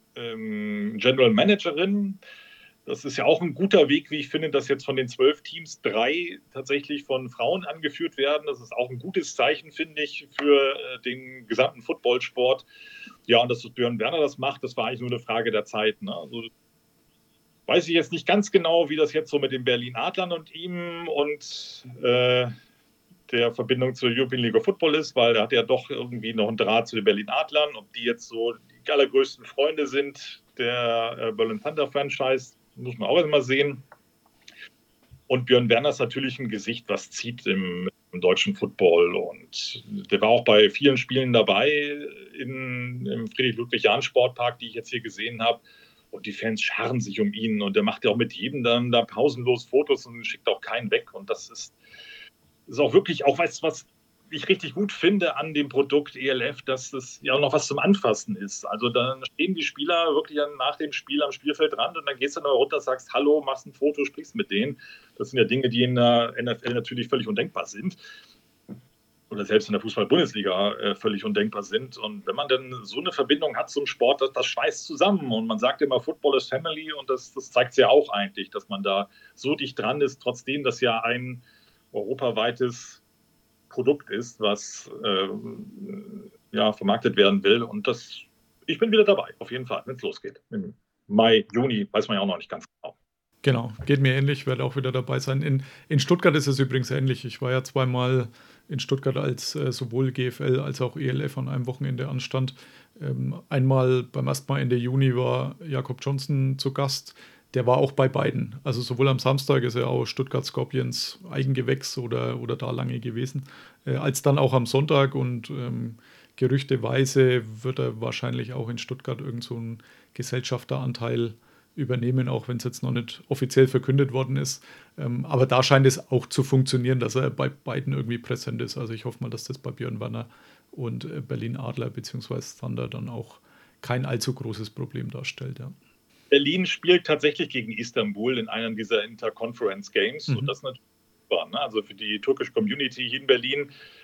ähm, General Managerin. Das ist ja auch ein guter Weg, wie ich finde, dass jetzt von den zwölf Teams drei tatsächlich von Frauen angeführt werden. Das ist auch ein gutes Zeichen, finde ich, für äh, den gesamten Footballsport. Ja, und dass Björn Werner das macht, das war eigentlich nur eine Frage der Zeit. Ne? Also, weiß ich jetzt nicht ganz genau, wie das jetzt so mit den Berlin Adlern und ihm und äh, der Verbindung zur European League of Football ist, weil da hat er doch irgendwie noch einen Draht zu den Berlin Adlern. Ob die jetzt so die allergrößten Freunde sind der äh, Berlin Thunder Franchise, muss man auch immer sehen. Und Björn Werner ist natürlich ein Gesicht, was zieht im, im deutschen Football. Und der war auch bei vielen Spielen dabei in, im Friedrich-Ludwig-Jahn-Sportpark, die ich jetzt hier gesehen habe. Und die Fans scharen sich um ihn. Und der macht ja auch mit jedem dann da pausenlos Fotos und schickt auch keinen weg. Und das ist, ist auch wirklich, auch weißt, was ich richtig gut finde an dem Produkt E L F, dass das ja auch noch was zum Anfassen ist. Also dann stehen die Spieler wirklich nach dem Spiel am Spielfeldrand und dann gehst du dann runter, sagst Hallo, machst ein Foto, sprichst mit denen. Das sind ja Dinge, die in der N F L natürlich völlig undenkbar sind. Oder selbst in der Fußball-Bundesliga äh, völlig undenkbar sind. Und wenn man dann so eine Verbindung hat zum Sport, das, das schweißt zusammen. Und man sagt immer, Football is Family und das, das zeigt es ja auch eigentlich, dass man da so dicht dran ist, trotzdem das ja ein europaweites Produkt ist, was äh, ja, vermarktet werden will. Und das, ich bin wieder dabei, auf jeden Fall, wenn es losgeht. Im Mai, Juni, weiß man ja auch noch nicht ganz genau. Genau, geht mir ähnlich, werde auch wieder dabei sein. In, in Stuttgart ist es übrigens ähnlich. Ich war ja zweimal in Stuttgart, als äh, sowohl G F L als auch E L F an einem Wochenende anstand. Ähm, einmal beim ersten Mal Ende Juni war Jakob Johnson zu Gast. Der war auch bei beiden. Also sowohl am Samstag ist er auch Stuttgart Scorpions Eigengewächs oder, oder da lange gewesen, äh, als dann auch am Sonntag. Und ähm, gerüchteweise wird er wahrscheinlich auch in Stuttgart irgend so einen Gesellschafteranteil übernehmen, auch wenn es jetzt noch nicht offiziell verkündet worden ist. Ähm, aber da scheint es auch zu funktionieren, dass er bei beiden irgendwie präsent ist. Also ich hoffe mal, dass das bei Björn Werner und äh, Berlin Adler bzw. Thunder dann auch kein allzu großes Problem darstellt. Ja. Berlin spielt tatsächlich gegen Istanbul in einem dieser Interconference Games. Mhm. Und das ist natürlich super. Ne? Also für die türkische Community hier in Berlin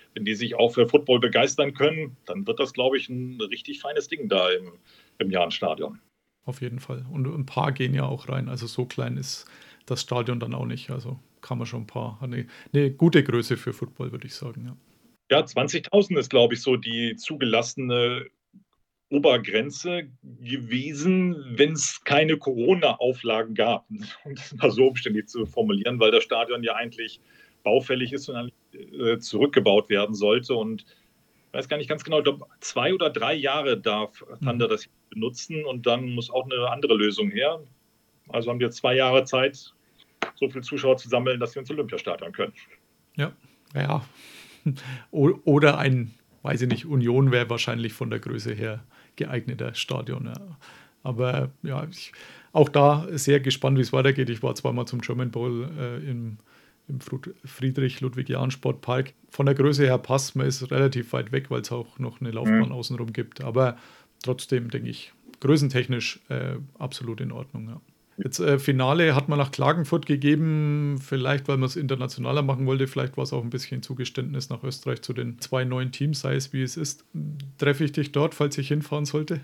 wenn die sich auch für Football begeistern können, dann wird das, glaube ich, ein richtig feines Ding da im, im Jahn-Stadion. Auf jeden Fall. Und ein paar gehen ja auch rein. Also so klein ist das Stadion dann auch nicht. Also kann man schon ein paar. Eine, eine gute Größe für Football, würde ich sagen. Ja, ja zwanzigtausend ist, glaube ich, so die zugelassene Obergrenze gewesen, wenn es keine Corona-Auflagen gab. Um das mal so umständlich zu formulieren, weil das Stadion ja eigentlich baufällig ist und dann äh, zurückgebaut werden sollte. Und ich weiß gar nicht ganz genau, ich glaube, zwei oder drei Jahre darf Thunder das benutzen und dann muss auch eine andere Lösung her. Also haben wir zwei Jahre Zeit, so viele Zuschauer zu sammeln, dass wir ins Olympiastadion können. Ja, ja. Oder ein, weiß ich nicht, Union wäre wahrscheinlich von der Größe her geeigneter Stadion. Ja. Aber ja, ich, auch da sehr gespannt, wie es weitergeht. Ich war zweimal zum German Bowl äh, im, im Friedrich-Ludwig-Jahn-Sportpark. Von der Größe her passt, man ist relativ weit weg, weil es auch noch eine Laufbahn mhm. außenrum gibt. Aber trotzdem, denke ich, größentechnisch äh, absolut in Ordnung. Ja. Jetzt äh, Finale hat man nach Klagenfurt gegeben, vielleicht weil man es internationaler machen wollte, vielleicht war es auch ein bisschen Zugeständnis nach Österreich zu den zwei neuen Teams, sei es wie es ist. Treffe ich dich dort, falls ich hinfahren sollte?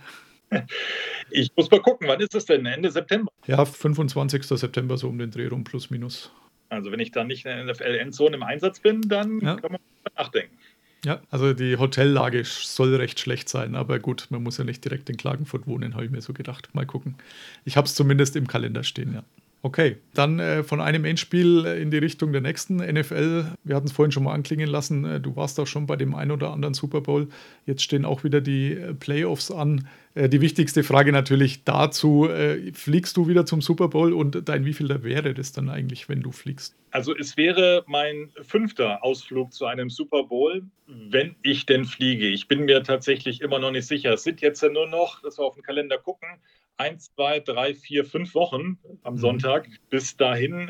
Ich muss mal gucken, wann ist es denn? Ende September? Ja, fünfundzwanzigsten September, so um den Dreh rum, plus minus. Also wenn ich dann nicht in der N F L-Endzone im Einsatz bin, dann ja. kann man nachdenken. Ja, also die Hotellage soll recht schlecht sein, aber gut, man muss ja nicht direkt in Klagenfurt wohnen, habe ich mir so gedacht. Mal gucken. Ich habe es zumindest im Kalender stehen, ja. Okay, dann äh, von einem Endspiel in die Richtung der nächsten N F L. Wir hatten es vorhin schon mal anklingen lassen. Äh, du warst auch schon bei dem einen oder anderen Super Bowl. Jetzt stehen auch wieder die äh, Playoffs an. Äh, die wichtigste Frage natürlich dazu, äh, fliegst du wieder zum Super Bowl und dein wievielter wäre das dann eigentlich, wenn du fliegst? Also es wäre mein fünfter Ausflug zu einem Super Bowl, wenn ich denn fliege. Ich bin mir tatsächlich immer noch nicht sicher. Es sind jetzt ja nur noch, dass wir auf den Kalender gucken, Eins, zwei, drei, vier, fünf Wochen am Sonntag. Bis dahin,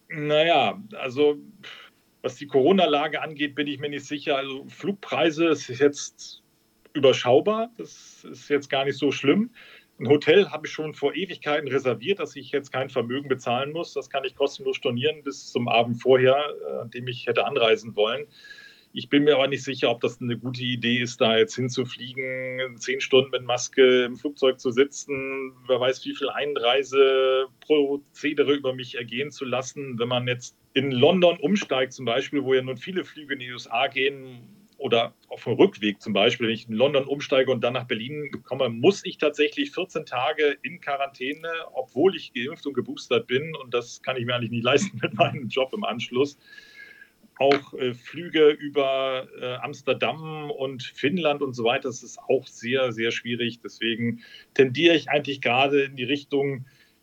naja, also was die Corona-Lage angeht, bin ich mir nicht sicher. Also Flugpreise, das ist jetzt überschaubar. Das ist jetzt gar nicht so schlimm. Ein Hotel habe ich schon vor Ewigkeiten reserviert, dass ich jetzt kein Vermögen bezahlen muss. Das kann ich kostenlos stornieren bis zum Abend vorher, an dem ich hätte anreisen wollen. Ich bin mir aber nicht sicher, ob das eine gute Idee ist, da jetzt hinzufliegen, zehn Stunden mit Maske im Flugzeug zu sitzen, wer weiß, wie viel Einreiseprozedere über mich ergehen zu lassen. Wenn man jetzt in London umsteigt zum Beispiel, wo ja nun viele Flüge in die U S A gehen, oder auf dem Rückweg zum Beispiel, wenn ich in London umsteige und dann nach Berlin komme, muss ich tatsächlich vierzehn Tage in Quarantäne, obwohl ich geimpft und geboostert bin. Und das kann ich mir eigentlich nicht leisten mit meinem Job im Anschluss. Auch äh, Flüge über äh, Amsterdam und Finnland und so weiter, das ist auch sehr, sehr schwierig. Deswegen tendiere ich eigentlich gerade in die Richtung,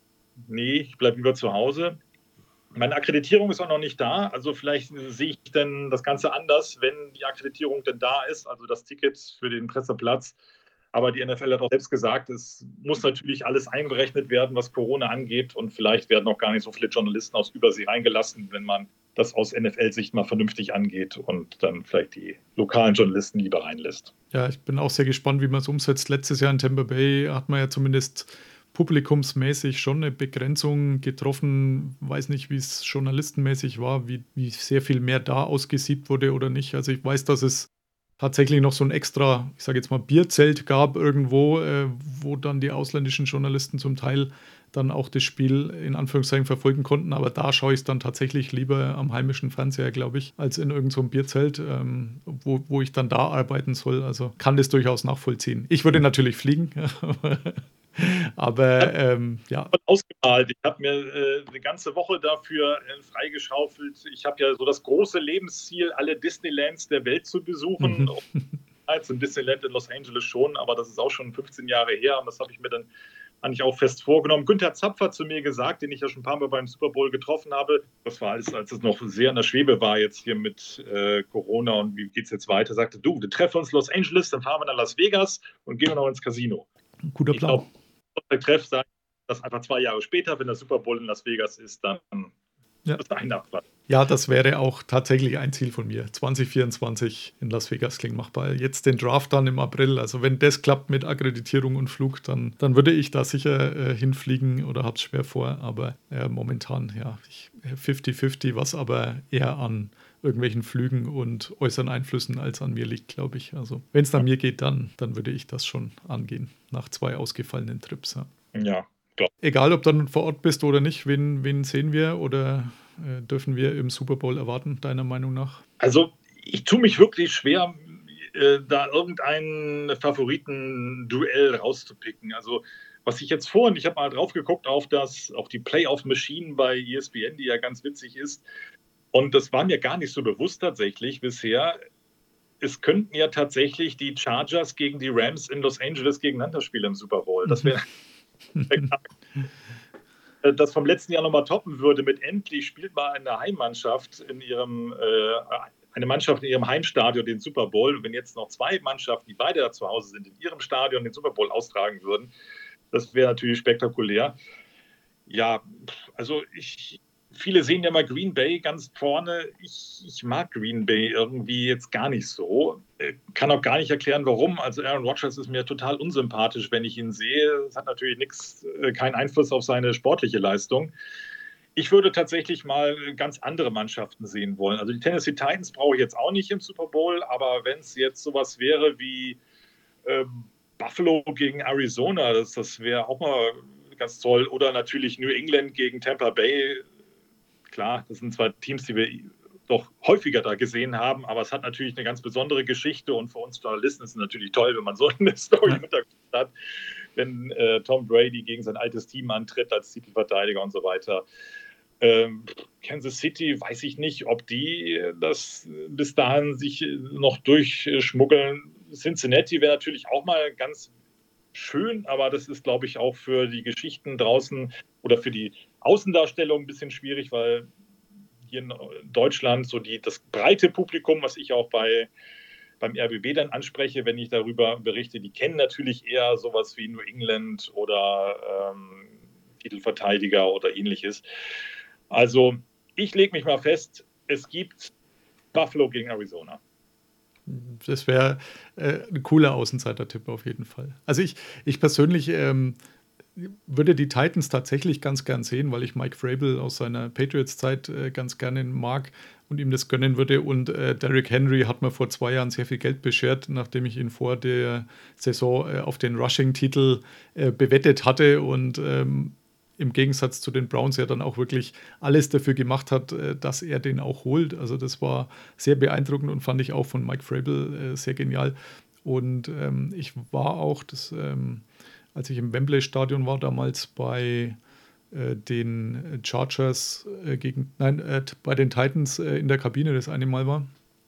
nee, ich bleibe lieber zu Hause. Meine Akkreditierung ist auch noch nicht da, also vielleicht sehe ich dann das Ganze anders, wenn die Akkreditierung denn da ist, also das Ticket für den Presseplatz. Aber die N F L hat auch selbst gesagt, es muss natürlich alles einberechnet werden, was Corona angeht. Und vielleicht werden auch gar nicht so viele Journalisten aus Übersee reingelassen, wenn man das aus N F L-Sicht mal vernünftig angeht und dann vielleicht die lokalen Journalisten lieber reinlässt. Ja, ich bin auch sehr gespannt, wie man es umsetzt. Letztes Jahr in Tampa Bay hat man ja zumindest publikumsmäßig schon eine Begrenzung getroffen. Weiß nicht, wie es journalistenmäßig war, wie, wie sehr viel mehr da ausgesiebt wurde oder nicht. Also ich weiß, dass es tatsächlich noch so ein extra, ich sage jetzt mal, Bierzelt gab irgendwo, äh, wo dann die ausländischen Journalisten zum Teil dann auch das Spiel in Anführungszeichen verfolgen konnten. Aber da schaue ich es dann tatsächlich lieber am heimischen Fernseher, glaube ich, als in irgendeinem so Bierzelt, ähm, wo, wo ich dann da arbeiten soll. Also kann das durchaus nachvollziehen. Ich würde natürlich fliegen, aber ähm, ja. Ausgemalt. Ich habe mir äh, eine ganze Woche dafür äh, freigeschaufelt. Ich habe ja so das große Lebensziel, alle Disneylands der Welt zu besuchen. Mhm. Zum Disneyland in Los Angeles schon, aber das ist auch schon fünfzehn Jahre her und das habe ich mir dann eigentlich auch fest vorgenommen. Günther Zapf hat zu mir gesagt, den ich ja schon ein paar Mal beim Super Bowl getroffen habe, das war alles, als es noch sehr in der Schwebe war jetzt hier mit äh, Corona und wie geht es jetzt weiter, sagte, du, wir treffen uns in Los Angeles, dann fahren wir nach Las Vegas und gehen noch ins Casino. Ein guter Plan. Ich glaube, der Treff sagt, dass einfach zwei Jahre später, wenn der Super Bowl in Las Vegas ist, dann ja. ist ein Nachbar. Ja, das wäre auch tatsächlich ein Ziel von mir. zwanzig vierundzwanzig in Las Vegas klingt machbar. Jetzt den Draft dann im April. Also wenn das klappt mit Akkreditierung und Flug, dann, dann würde ich da sicher äh, hinfliegen oder habe es schwer vor. Aber äh, momentan, ja, fünfzig fünfzig, was aber eher an irgendwelchen Flügen und äußeren Einflüssen, als an mir liegt, glaube ich. Also wenn es nach mir geht, dann, dann würde ich das schon angehen, nach zwei ausgefallenen Trips. Ja, Ja, klar. Egal, ob du dann vor Ort bist oder nicht, wen, wen sehen wir oder äh, dürfen wir im Super Bowl erwarten, deiner Meinung nach? Also ich tue mich wirklich schwer, äh, da irgendein Favoriten-Duell rauszupicken. Also was ich jetzt vorhin, ich habe mal drauf geguckt auf, das, auf die Playoff-Machine bei E S P N, die ja ganz witzig ist. Und das war mir gar nicht so bewusst tatsächlich bisher. Es könnten ja tatsächlich die Chargers gegen die Rams in Los Angeles gegeneinander spielen im Super Bowl. Das wäre das vom letzten Jahr nochmal toppen würde mit endlich spielt mal eine Heimmannschaft in ihrem, äh, eine Mannschaft in ihrem Heimstadion den Super Bowl. Wenn jetzt noch zwei Mannschaften, die beide da zu Hause sind, in ihrem Stadion den Super Bowl austragen würden, das wäre natürlich spektakulär. Ja, also ich... Viele sehen ja mal Green Bay ganz vorne. Ich, ich mag Green Bay irgendwie jetzt gar nicht so. Kann auch gar nicht erklären, warum. Also Aaron Rodgers ist mir total unsympathisch, wenn ich ihn sehe. Es hat natürlich nichts, keinen Einfluss auf seine sportliche Leistung. Ich würde tatsächlich mal ganz andere Mannschaften sehen wollen. Also die Tennessee Titans brauche ich jetzt auch nicht im Super Bowl, aber wenn es jetzt sowas wäre wie äh, Buffalo gegen Arizona, das, das wäre auch mal ganz toll. Oder natürlich New England gegen Tampa Bay. Klar, das sind zwar Teams, die wir doch häufiger da gesehen haben, aber es hat natürlich eine ganz besondere Geschichte und für uns Journalisten ist es natürlich toll, wenn man so eine Story im Hintergrund hat, wenn äh, Tom Brady gegen sein altes Team antritt als Titelverteidiger und so weiter. Ähm, Kansas City, weiß ich nicht, ob die das bis dahin sich noch durchschmuggeln. Cincinnati wäre natürlich auch mal ganz schön, aber das ist, glaube ich, auch für die Geschichten draußen oder für die Außendarstellung ein bisschen schwierig, weil hier in Deutschland so die, das breite Publikum, was ich auch bei, beim R B B dann anspreche, wenn ich darüber berichte, die kennen natürlich eher sowas wie New England oder ähm, Titelverteidiger oder ähnliches. Also ich lege mich mal fest, es gibt Buffalo gegen Arizona. Das wäre äh, ein cooler Außenseiter-Tipp auf jeden Fall. Also ich, ich persönlich ähm, würde die Titans tatsächlich ganz gern sehen, weil ich Mike Vrabel aus seiner Patriots-Zeit äh, ganz gerne mag und ihm das gönnen würde. Und äh, Derrick Henry hat mir vor zwei Jahren sehr viel Geld beschert, nachdem ich ihn vor der Saison äh, auf den Rushing-Titel äh, bewettet hatte und ähm, im Gegensatz zu den Browns ja dann auch wirklich alles dafür gemacht hat, dass er den auch holt. Also das war sehr beeindruckend und fand ich auch von Mike Vrabel äh, sehr genial. Und ähm, ich war auch, das, ähm, als ich im Wembley-Stadion war, damals bei äh, den Chargers äh, gegen, nein, äh, bei den Titans äh, in der Kabine, das eine Mal war,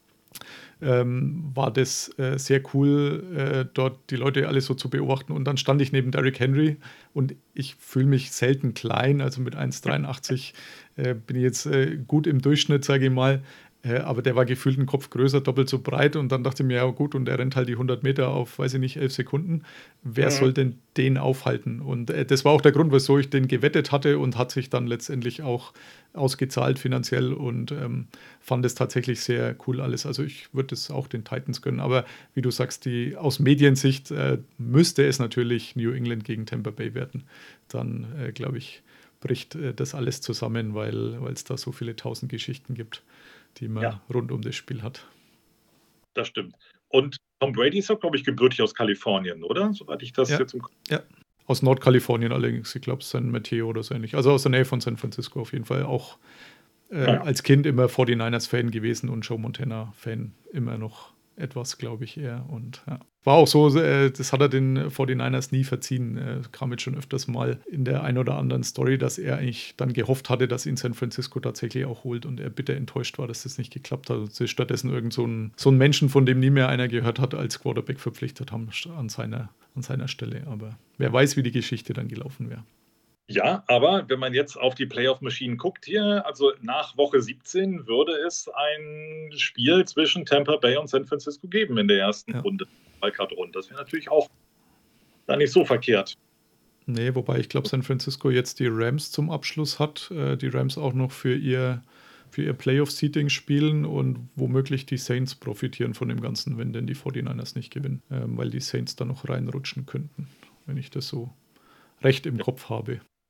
Ähm, war das äh, sehr cool, äh, dort die Leute alle so zu beobachten. Und dann stand ich neben Derrick Henry und ich fühle mich selten klein, also mit eins Komma dreiundachtzig äh, bin ich jetzt äh, gut im Durchschnitt, sage ich mal. Äh, aber der war gefühlt einen Kopf größer, doppelt so breit und dann dachte ich mir, ja gut, und er rennt halt die hundert Meter auf, weiß ich nicht, elf Sekunden. Wer mhm. soll denn den aufhalten? Und äh, das war auch der Grund, wieso ich den gewettet hatte und hat sich dann letztendlich auch ausgezahlt finanziell und ähm, fand es tatsächlich sehr cool alles. Also ich würde es auch den Titans gönnen, aber wie du sagst, die, aus Mediensicht äh, müsste es natürlich New England gegen Tampa Bay werden. Dann, äh, glaube ich, bricht äh, das alles zusammen, weil es da so viele tausend Geschichten gibt, die man ja. rund um das Spiel hat. Das stimmt. Und Tom Brady ist auch, glaube ich, gebürtig aus Kalifornien, oder? Soweit ich das ja. jetzt im Ja, aus Nordkalifornien allerdings. Ich glaube, San Mateo oder so ähnlich. Also aus der Nähe von San Francisco auf jeden Fall. Auch äh, ja. als Kind immer forty-niners-Fan gewesen und Joe Montana-Fan immer noch etwas, glaube ich, eher. Und ja. War auch so, äh, das hat er den forty-niners nie verziehen. Äh, kam jetzt schon öfters mal in der ein oder anderen Story, dass er eigentlich dann gehofft hatte, dass ihn San Francisco tatsächlich auch holt und er bitter enttäuscht war, dass das nicht geklappt hat. Und sie stattdessen irgend so einen so einen Menschen, von dem nie mehr einer gehört hat, als Quarterback verpflichtet haben an seiner, an seiner Stelle. Aber wer weiß, wie die Geschichte dann gelaufen wäre. Ja, aber wenn man jetzt auf die Playoff-Maschinen guckt hier, also nach Woche siebzehn würde es ein Spiel zwischen Tampa Bay und San Francisco geben in der ersten ja. Runde, Wildcard-Runde. Das wäre natürlich auch dann nicht so verkehrt. Nee, wobei ich glaube, San Francisco jetzt die Rams zum Abschluss hat. Äh, die Rams auch noch für ihr, für ihr Playoff-Seating spielen und womöglich die Saints profitieren von dem Ganzen, wenn denn die forty-niners nicht gewinnen, ähm, weil die Saints da noch reinrutschen könnten, wenn ich das so recht im ja. Kopf habe.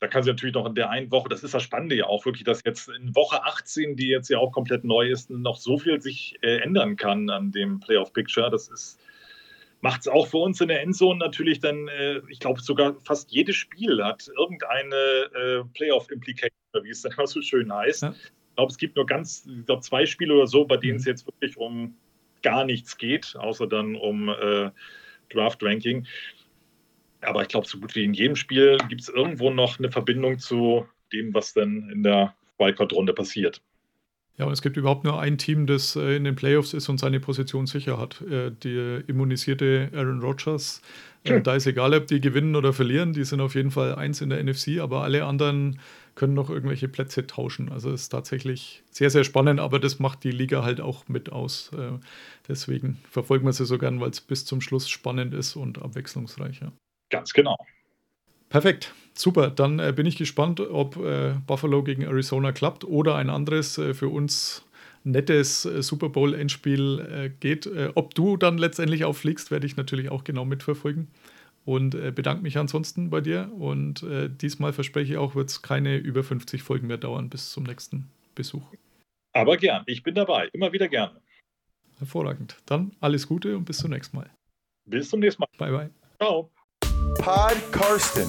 da kann sich natürlich noch in der einen Woche, das ist das Spannende ja auch wirklich, dass jetzt in Woche achtzehn, die jetzt ja auch komplett neu ist, noch so viel sich äh, ändern kann an dem Playoff-Picture. Das ist, macht es auch für uns in der Endzone natürlich dann, äh, ich glaube sogar fast jedes Spiel hat irgendeine äh, Playoff-Implication, wie es dann immer so schön heißt. Ja. Ich glaube, es gibt nur ganz, ich glaube, zwei Spiele oder so, bei denen es jetzt wirklich um gar nichts geht, außer dann um äh, Draft-Ranking. Aber ich glaube, so gut wie in jedem Spiel gibt es irgendwo noch eine Verbindung zu dem, was dann in der Wildcard-Runde passiert. Ja, und es gibt überhaupt nur ein Team, das äh, in den Playoffs ist und seine Position sicher hat. Äh, die immunisierte Aaron Rodgers. Äh, hm. Da ist egal, ob die gewinnen oder verlieren. Die sind auf jeden Fall eins in der N F C, aber alle anderen können noch irgendwelche Plätze tauschen. Also es ist tatsächlich sehr, sehr spannend, aber das macht die Liga halt auch mit aus. Äh, deswegen verfolgen wir sie so gern, weil es bis zum Schluss spannend ist und abwechslungsreich. Ja. Ganz genau. Perfekt, super. Dann äh, bin ich gespannt, ob äh, Buffalo gegen Arizona klappt oder ein anderes äh, für uns nettes äh, Super Bowl-Endspiel äh, geht. Äh, ob du dann letztendlich auffliegst, werde ich natürlich auch genau mitverfolgen. Und äh, bedanke mich ansonsten bei dir. Und äh, diesmal verspreche ich auch, wird es keine über fünfzig Folgen mehr dauern bis zum nächsten Besuch. Aber gern, ich bin dabei. Immer wieder gerne. Hervorragend. Dann alles Gute und bis zum nächsten Mal. Bis zum nächsten Mal. Bye, bye. Ciao. Pod Karsten.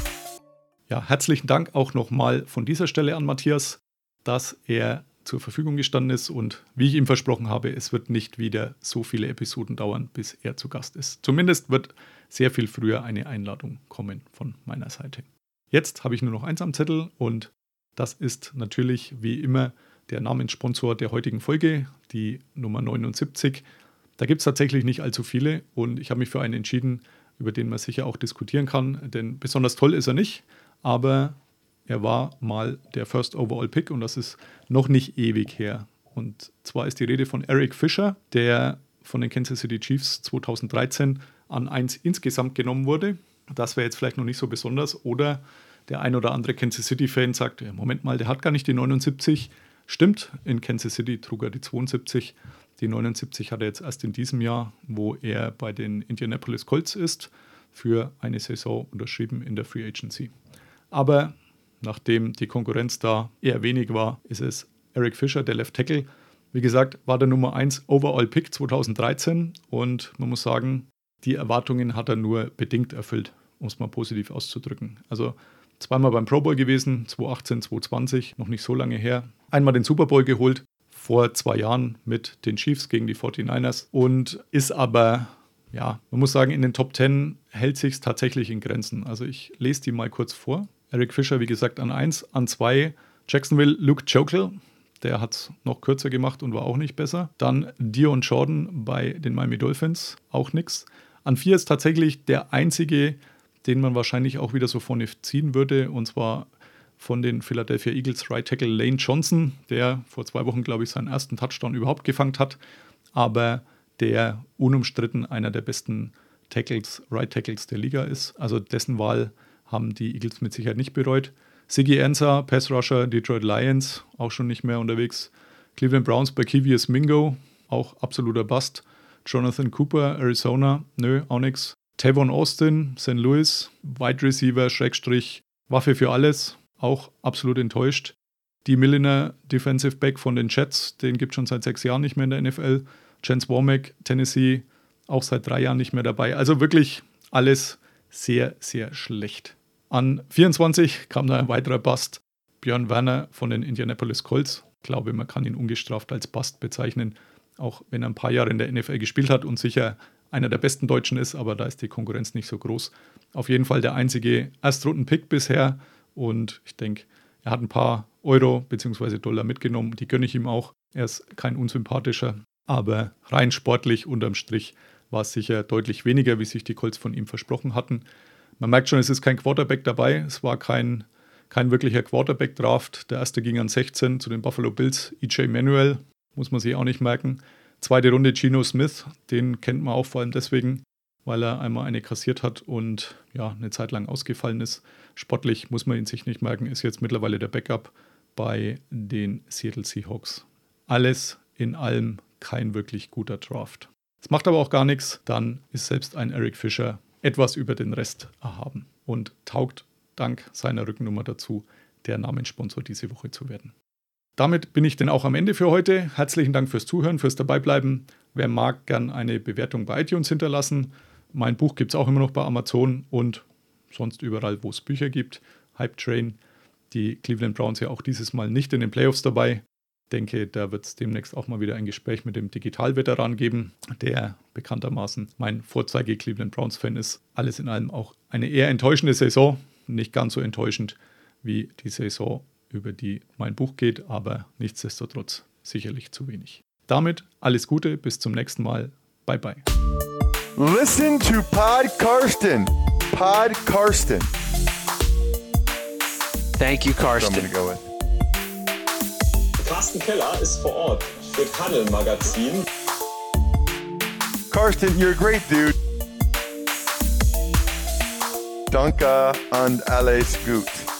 Ja, herzlichen Dank auch nochmal von dieser Stelle an Matthias, dass er zur Verfügung gestanden ist und wie ich ihm versprochen habe, es wird nicht wieder so viele Episoden dauern, bis er zu Gast ist. Zumindest wird sehr viel früher eine Einladung kommen von meiner Seite. Jetzt habe ich nur noch eins am Zettel und das ist natürlich wie immer der Namenssponsor der heutigen Folge, die Nummer neunundsiebzig. Da gibt es tatsächlich nicht allzu viele und ich habe mich für einen entschieden, über den man sicher auch diskutieren kann, denn besonders toll ist er nicht, aber er war mal der First Overall Pick und das ist noch nicht ewig her. Und zwar ist die Rede von Eric Fisher, der von den Kansas City Chiefs zweitausenddreizehn an eins insgesamt genommen wurde. Das wäre jetzt vielleicht noch nicht so besonders. Oder der ein oder andere Kansas City-Fan sagt, ja, Moment mal, der hat gar nicht die neunundsiebzig. Stimmt, in Kansas City trug er die zweiundsiebzig. Die neunundsiebzig hat er jetzt erst in diesem Jahr, wo er bei den Indianapolis Colts ist, für eine Saison unterschrieben in der Free Agency. Aber nachdem die Konkurrenz da eher wenig war, ist es Eric Fisher, der Left Tackle. Wie gesagt, war der Nummer eins Overall Pick zweitausenddreizehn und man muss sagen, die Erwartungen hat er nur bedingt erfüllt, um es mal positiv auszudrücken. Also zweimal beim Pro Bowl gewesen, zweitausendachtzehn, zweitausendzwanzig, noch nicht so lange her. Einmal den Super Bowl geholt, vor zwei Jahren mit den Chiefs gegen die forty-niners und ist aber, ja, man muss sagen, in den Top zehn hält sich es tatsächlich in Grenzen. Also ich lese die mal kurz vor. Eric Fisher, wie gesagt, an eins, an zwei Jacksonville Luke Joeckel, der hat es noch kürzer gemacht und war auch nicht besser. Dann Dion Jordan bei den Miami Dolphins, auch nix. An vier ist tatsächlich der einzige, den man wahrscheinlich auch wieder so vorne ziehen würde, und zwar von den Philadelphia Eagles Right Tackle Lane Johnson, der vor zwei Wochen, glaube ich, seinen ersten Touchdown überhaupt gefangen hat, aber der unumstritten einer der besten Tackles, Right Tackles der Liga ist. Also dessen Wahl haben die Eagles mit Sicherheit nicht bereut. Siggy Ansah, Pass Rusher, Detroit Lions, auch schon nicht mehr unterwegs. Cleveland Browns bei Kevius Mingo, auch absoluter Bust. Jonathan Cooper, Arizona, nö, auch nix. Tavon Austin, Saint Louis, Wide Receiver, Schrägstrich, Waffe für alles, auch absolut enttäuscht. Die Milliner Defensive Back von den Jets, den gibt es schon seit sechs Jahren nicht mehr in der N F L. Chance Womack, Tennessee, auch seit drei Jahren nicht mehr dabei. Also wirklich alles sehr, sehr schlecht. An vierundzwanzig kam da ein weiterer Bust. Björn Werner von den Indianapolis Colts. Ich glaube, man kann ihn ungestraft als Bust bezeichnen, auch wenn er ein paar Jahre in der N F L gespielt hat und sicher einer der besten Deutschen ist, aber da ist die Konkurrenz nicht so groß. Auf jeden Fall der einzige Erstrunden-Pick bisher und ich denke, er hat ein paar Euro bzw. Dollar mitgenommen, die gönne ich ihm auch. Er ist kein unsympathischer, aber rein sportlich unterm Strich war es sicher deutlich weniger, wie sich die Colts von ihm versprochen hatten. Man merkt schon, es ist kein Quarterback dabei, es war kein, kein wirklicher Quarterback-Draft. Der erste ging an sechzehn zu den Buffalo Bills, E J Manuel, muss man sich auch nicht merken. Zweite Runde Geno Smith, den kennt man auch vor allem deswegen, weil er einmal eine kassiert hat und ja, eine Zeit lang ausgefallen ist. Sportlich muss man ihn sich nicht merken, ist jetzt mittlerweile der Backup bei den Seattle Seahawks. Alles in allem kein wirklich guter Draft. Das macht aber auch gar nichts, dann ist selbst ein Eric Fisher etwas über den Rest erhaben und taugt dank seiner Rückennummer dazu, der Namenssponsor diese Woche zu werden. Damit bin ich dann auch am Ende für heute. Herzlichen Dank fürs Zuhören, fürs Dabeibleiben. Wer mag, gern eine Bewertung bei iTunes hinterlassen. Mein Buch gibt es auch immer noch bei Amazon und sonst überall, wo es Bücher gibt. Hype Train, die Cleveland Browns ja auch dieses Mal nicht in den Playoffs dabei. Ich denke, da wird es demnächst auch mal wieder ein Gespräch mit dem Digitalveteran geben, der bekanntermaßen mein Vorzeige-Cleveland Browns-Fan ist. Alles in allem auch eine eher enttäuschende Saison. Nicht ganz so enttäuschend wie die Saison, über die mein Buch geht, aber nichtsdestotrotz sicherlich zu wenig. Damit alles Gute, bis zum nächsten Mal. Bye bye. Listen to Pod Karsten. Pod Karsten. Thank you, So I'm Karsten. gonna go with. Carsten Keller ist vor Ort für Paddel Magazin. Karsten, you're a great dude. Danke und alles gut.